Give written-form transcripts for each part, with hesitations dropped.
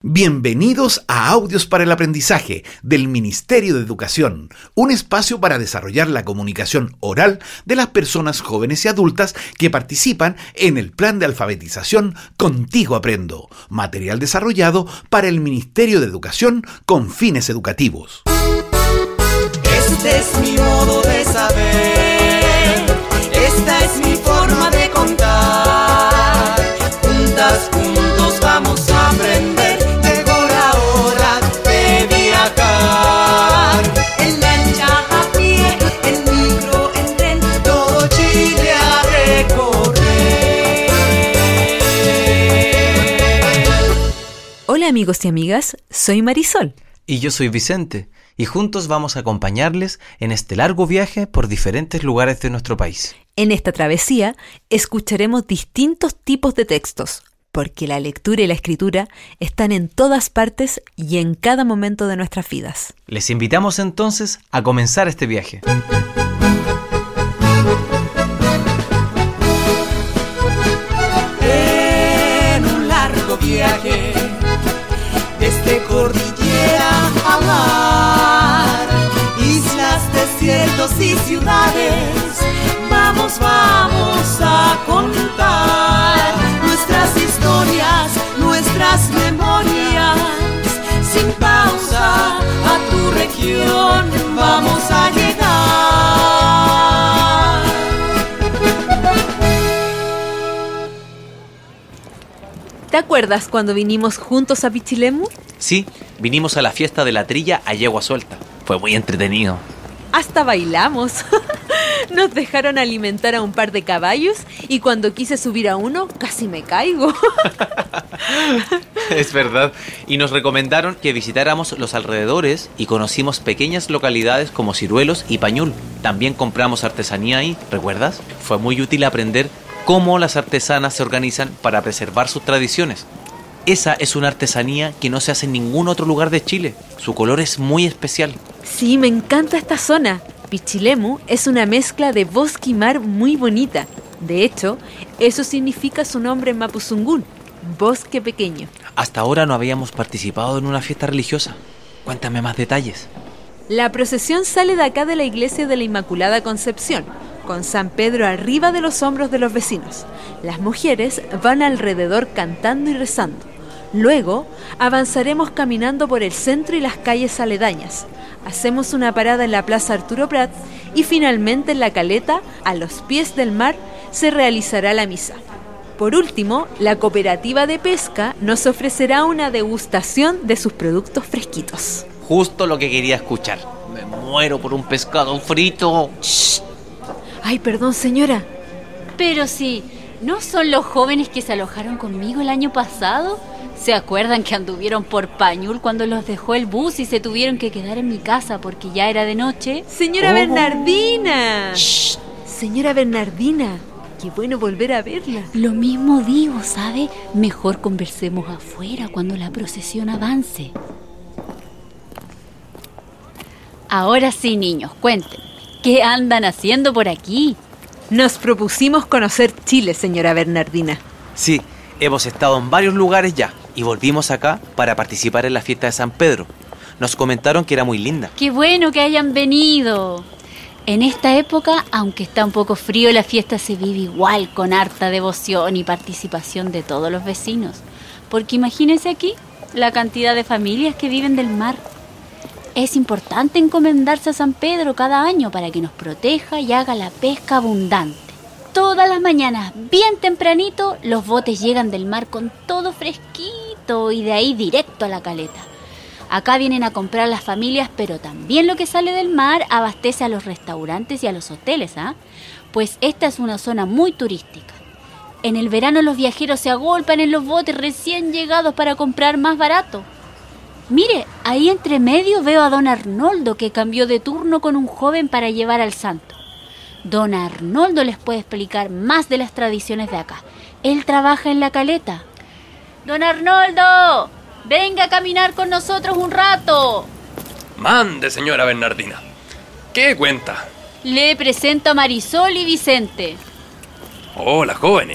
Bienvenidos a Audios para el Aprendizaje del Ministerio de Educación, un espacio para desarrollar la comunicación oral de las personas jóvenes y adultas que participan en el plan de alfabetización Contigo Aprendo, material desarrollado para el Ministerio de Educación con fines educativos. Este es mi modo de saber, esta es mi forma de contar, juntos vamos a aprender. Hola amigos y amigas, soy Marisol. Y yo soy Vicente, y juntos vamos a acompañarles en este largo viaje por diferentes lugares de nuestro país. En esta travesía escucharemos distintos tipos de textos, porque la lectura y la escritura están en todas partes y en cada momento de nuestras vidas. Les invitamos entonces a comenzar este viaje. En un largo viaje desde cordillera a mar, islas, desiertos y ciudades, vamos a contar nuestras historias, nuestras memorias. Sin pausa a tu región vamos a llegar. ¿Te acuerdas cuando vinimos juntos a Pichilemu? Sí, vinimos a la fiesta de la trilla a yegua suelta. Fue muy entretenido. Hasta bailamos. Nos dejaron alimentar a un par de caballos y cuando quise subir a uno, casi me caigo. Es verdad. Y nos recomendaron que visitáramos los alrededores y conocimos pequeñas localidades como Ciruelos y Pañul. También compramos artesanía ahí, ¿recuerdas? Fue muy útil aprender cómo las artesanas se organizan para preservar sus tradiciones. Esa es una artesanía que no se hace en ningún otro lugar de Chile. Su color es muy especial. Sí, me encanta esta zona. Pichilemu es una mezcla de bosque y mar muy bonita. De hecho, eso significa su nombre en mapuzungún, bosque pequeño. Hasta ahora no habíamos participado en una fiesta religiosa. Cuéntame más detalles. La procesión sale de acá de la iglesia de la Inmaculada Concepción, con San Pedro arriba de los hombros de los vecinos. Las mujeres van alrededor cantando y rezando. Luego avanzaremos caminando por el centro y las calles aledañas. Hacemos una parada en la Plaza Arturo Prat y finalmente en la caleta, a los pies del mar, se realizará la misa. Por último, la cooperativa de pesca nos ofrecerá una degustación de sus productos fresquitos. Justo lo que quería escuchar. Me muero por un pescado frito. ¡Shh! Ay, perdón, señora. Pero sí, ¿no son los jóvenes que se alojaron conmigo el año pasado? ¿Se acuerdan que anduvieron por Pañul cuando los dejó el bus y se tuvieron que quedar en mi casa porque ya era de noche? ¡Señora Bernardina! ¡Shh! Señora Bernardina, qué bueno volver a verla. Lo mismo digo, ¿sabe? Mejor conversemos afuera cuando la procesión avance. Ahora sí, niños, cuenten. ¿Qué andan haciendo por aquí? Nos propusimos conocer Chile, señora Bernardina. Sí, hemos estado en varios lugares ya y volvimos acá para participar en la fiesta de San Pedro. Nos comentaron que era muy linda. ¡Qué bueno que hayan venido! En esta época, aunque está un poco frío, la fiesta se vive igual, con harta devoción y participación de todos los vecinos. Porque imagínense aquí la cantidad de familias que viven del mar. Es importante encomendarse a San Pedro cada año para que nos proteja y haga la pesca abundante. Todas las mañanas, bien tempranito, los botes llegan del mar con todo fresquito y de ahí directo a la caleta. Acá vienen a comprar las familias, pero también lo que sale del mar abastece a los restaurantes y a los hoteles, ¿ah? Pues esta es una zona muy turística. En el verano los viajeros se agolpan en los botes recién llegados para comprar más barato. Mire, ahí entre medio veo a don Arnoldo, que cambió de turno con un joven para llevar al santo. Don Arnoldo les puede explicar más de las tradiciones de acá. Él trabaja en la caleta. ¡Don Arnoldo! ¡Venga a caminar con nosotros un rato! Mande, señora Bernardina. ¿Qué cuenta? Le presento a Marisol y Vicente. Hola, jóvenes.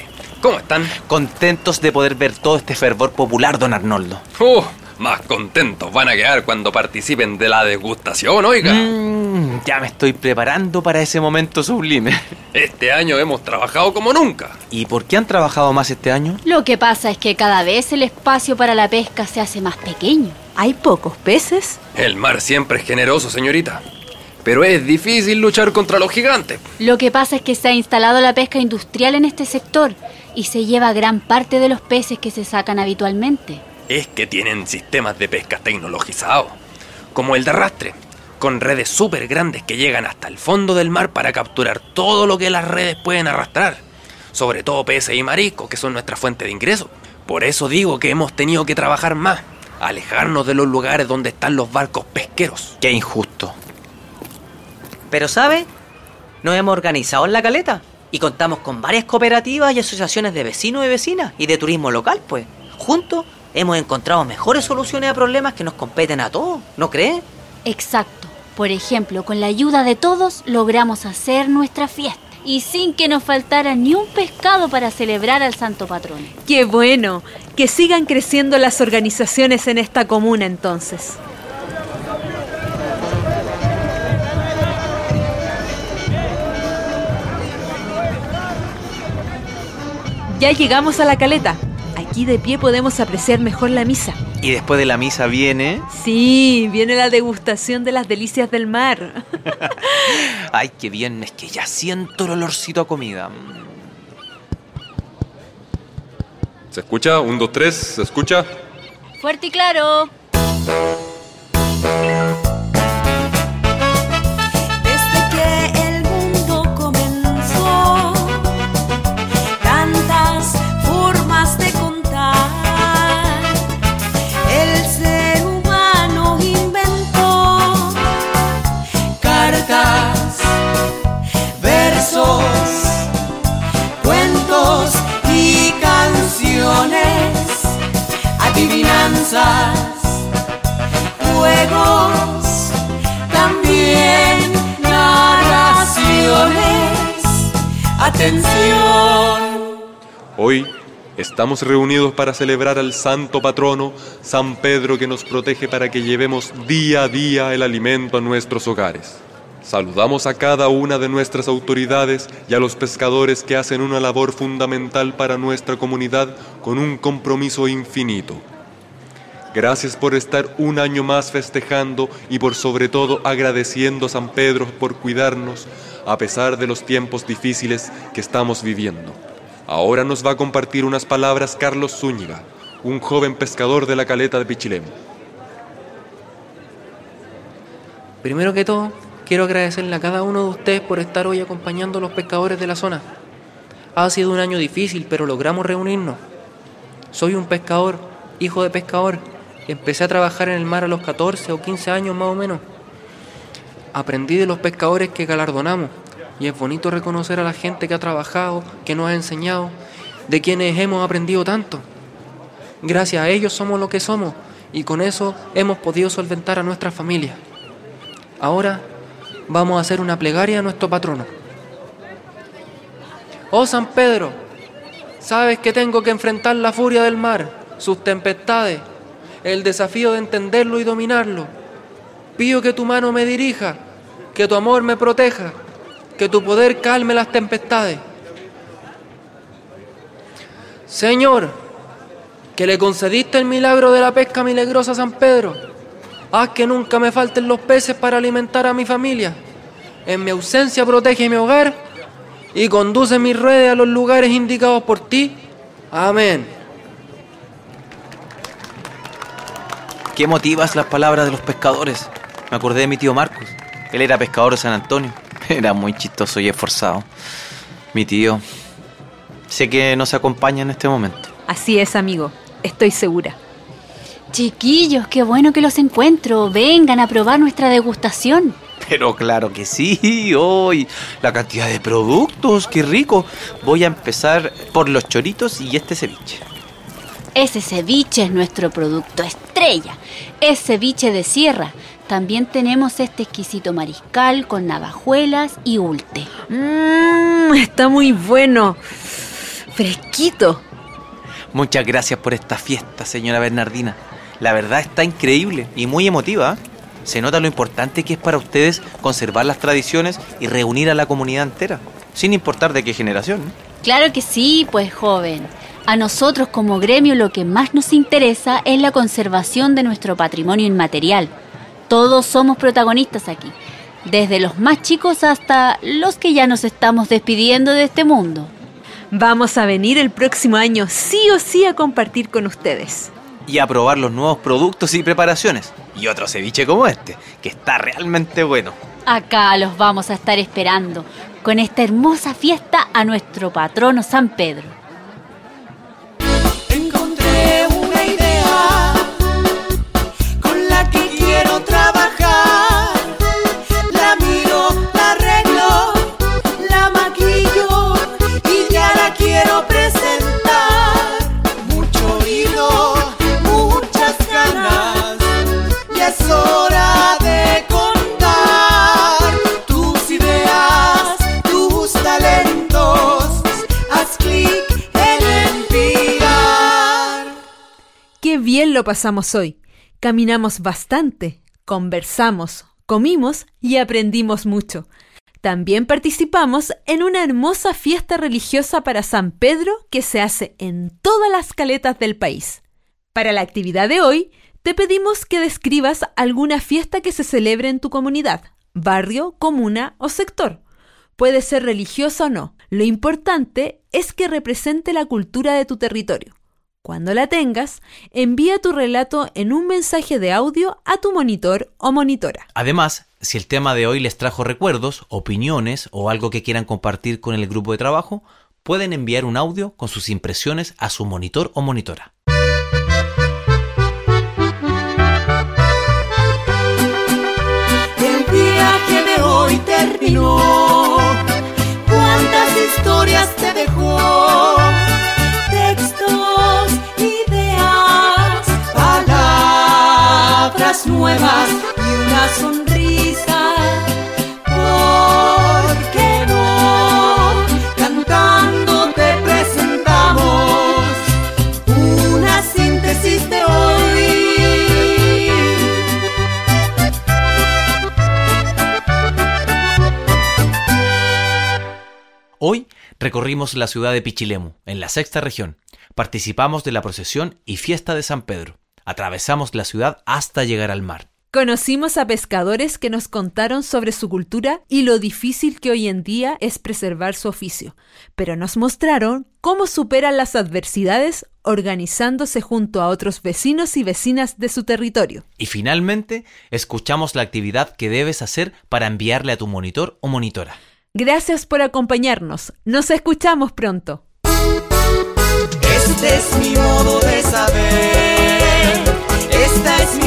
¿Cómo están? Contentos de poder ver todo este fervor popular, don Arnoldo. Más contentos van a quedar cuando participen de la degustación, oiga. Ya me estoy preparando para ese momento sublime. Este año hemos trabajado como nunca. ¿Y por qué han trabajado más este año? Lo que pasa es que cada vez el espacio para la pesca se hace más pequeño. ¿Hay pocos peces? El mar siempre es generoso, señorita. Pero es difícil luchar contra los gigantes. Lo que pasa es que se ha instalado la pesca industrial en este sector y se lleva gran parte de los peces que se sacan habitualmente. Es que tienen sistemas de pesca tecnologizados, como el de arrastre, con redes súper grandes que llegan hasta el fondo del mar para capturar todo lo que las redes pueden arrastrar, sobre todo peces y mariscos, que son nuestra fuente de ingresos. Por eso digo que hemos tenido que trabajar más, alejarnos de los lugares donde están los barcos pesqueros. Qué injusto. Pero ¿sabe? Nos hemos organizado en la caleta y contamos con varias cooperativas y asociaciones de vecinos y vecinas y de turismo local, pues. Juntos hemos encontrado mejores soluciones a problemas que nos competen a todos, ¿no cree? Exacto. Por ejemplo, con la ayuda de todos logramos hacer nuestra fiesta y sin que nos faltara ni un pescado para celebrar al santo patrono. ¡Qué bueno! Que sigan creciendo las organizaciones en esta comuna entonces. Ya llegamos a la caleta. Aquí de pie podemos apreciar mejor la misa. ¿Y después de la misa viene? Sí, viene la degustación de las delicias del mar. Ay, qué bien, es que ya siento el olorcito a comida. ¿Se escucha? 1, 2, 3, ¿se escucha? Fuerte y claro. Desde que el mundo comenzó, tantas formas de contar, el ser humano inventó cartas, versos, cuentos y canciones, adivinanzas, juegos, también narraciones. ¡Atención! Hoy estamos reunidos para celebrar al santo patrono, San Pedro, que nos protege para que llevemos día a día el alimento a nuestros hogares. Saludamos a cada una de nuestras autoridades y a los pescadores que hacen una labor fundamental para nuestra comunidad con un compromiso infinito. Gracias por estar un año más festejando y por sobre todo agradeciendo a San Pedro por cuidarnos a pesar de los tiempos difíciles que estamos viviendo. Ahora nos va a compartir unas palabras Carlos Zúñiga, un joven pescador de la caleta de Pichilemu. Primero que todo, quiero agradecerle a cada uno de ustedes por estar hoy acompañando a los pescadores de la zona. Ha sido un año difícil, pero logramos reunirnos. Soy un pescador, hijo de pescador. Empecé a trabajar en el mar a los 14 o 15 años más o menos. Aprendí de los pescadores que galardonamos y es bonito reconocer a la gente que ha trabajado, que nos ha enseñado, de quienes hemos aprendido tanto. Gracias a ellos somos lo que somos y con eso hemos podido solventar a nuestra familia. Ahora vamos a hacer una plegaria a nuestro patrono. Oh San Pedro, sabes que tengo que enfrentar la furia del mar, sus tempestades, el desafío de entenderlo y dominarlo. Pido que tu mano me dirija, que tu amor me proteja, que tu poder calme las tempestades. Señor, que le concediste el milagro de la pesca milagrosa a San Pedro, haz que nunca me falten los peces para alimentar a mi familia. En mi ausencia protege mi hogar y conduce mis redes a los lugares indicados por ti. Amén. Qué emotivas las palabras de los pescadores. Me acordé de mi tío Marcos. Él era pescador de San Antonio. Era muy chistoso y esforzado. Mi tío. Sé que nos acompaña en este momento. Así es, amigo. Estoy segura. Chiquillos, qué bueno que los encuentro. Vengan a probar nuestra degustación. Pero claro que sí. Hoy la cantidad de productos. Qué rico. Voy a empezar por los choritos y este ceviche. Ese ceviche es nuestro producto estrella. Es ceviche de sierra. También tenemos este exquisito mariscal con navajuelas y ulte. Está muy bueno. Fresquito. Muchas gracias por esta fiesta, señora Bernardina. La verdad está increíble y muy emotiva, ¿eh? Se nota lo importante que es para ustedes conservar las tradiciones y reunir a la comunidad entera, sin importar de qué generación, ¿eh? Claro que sí, pues joven. A nosotros como gremio lo que más nos interesa es la conservación de nuestro patrimonio inmaterial. Todos somos protagonistas aquí, desde los más chicos hasta los que ya nos estamos despidiendo de este mundo. Vamos a venir el próximo año sí o sí a compartir con ustedes. Y a probar los nuevos productos y preparaciones. Y otro ceviche como este, que está realmente bueno. Acá los vamos a estar esperando, con esta hermosa fiesta a nuestro patrono San Pedro. Encontré una idea con la que quiero trabajar. La miro, la arreglo, la maquillo y ya la quiero presentar. Mucho oído, muchas ganas, ya es hora de contar tus ideas, tus talentos. Haz clic en enviar. Qué bien lo pasamos hoy. Caminamos bastante, conversamos, comimos y aprendimos mucho. También participamos en una hermosa fiesta religiosa para San Pedro que se hace en todas las caletas del país. Para la actividad de hoy, te pedimos que describas alguna fiesta que se celebre en tu comunidad, barrio, comuna o sector. Puede ser religiosa o no. Lo importante es que represente la cultura de tu territorio. Cuando la tengas, envía tu relato en un mensaje de audio a tu monitor o monitora. Además, si el tema de hoy les trajo recuerdos, opiniones o algo que quieran compartir con el grupo de trabajo, pueden enviar un audio con sus impresiones a su monitor o monitora. El viaje de hoy terminó. ¿Cuántas historias te dejó? Textos, ideas, palabras nuevas y una sonrisa. ¿Por qué no? Cantando te presentamos una síntesis de hoy. Hoy recorrimos la ciudad de Pichilemu, en la sexta región. Participamos de la procesión y fiesta de San Pedro. Atravesamos la ciudad hasta llegar al mar. Conocimos a pescadores que nos contaron sobre su cultura y lo difícil que hoy en día es preservar su oficio, pero nos mostraron cómo superan las adversidades organizándose junto a otros vecinos y vecinas de su territorio. Y finalmente, escuchamos la actividad que debes hacer para enviarle a tu monitor o monitora. Gracias por acompañarnos. Nos escuchamos pronto. Este es mi modo de saber. Esta es mi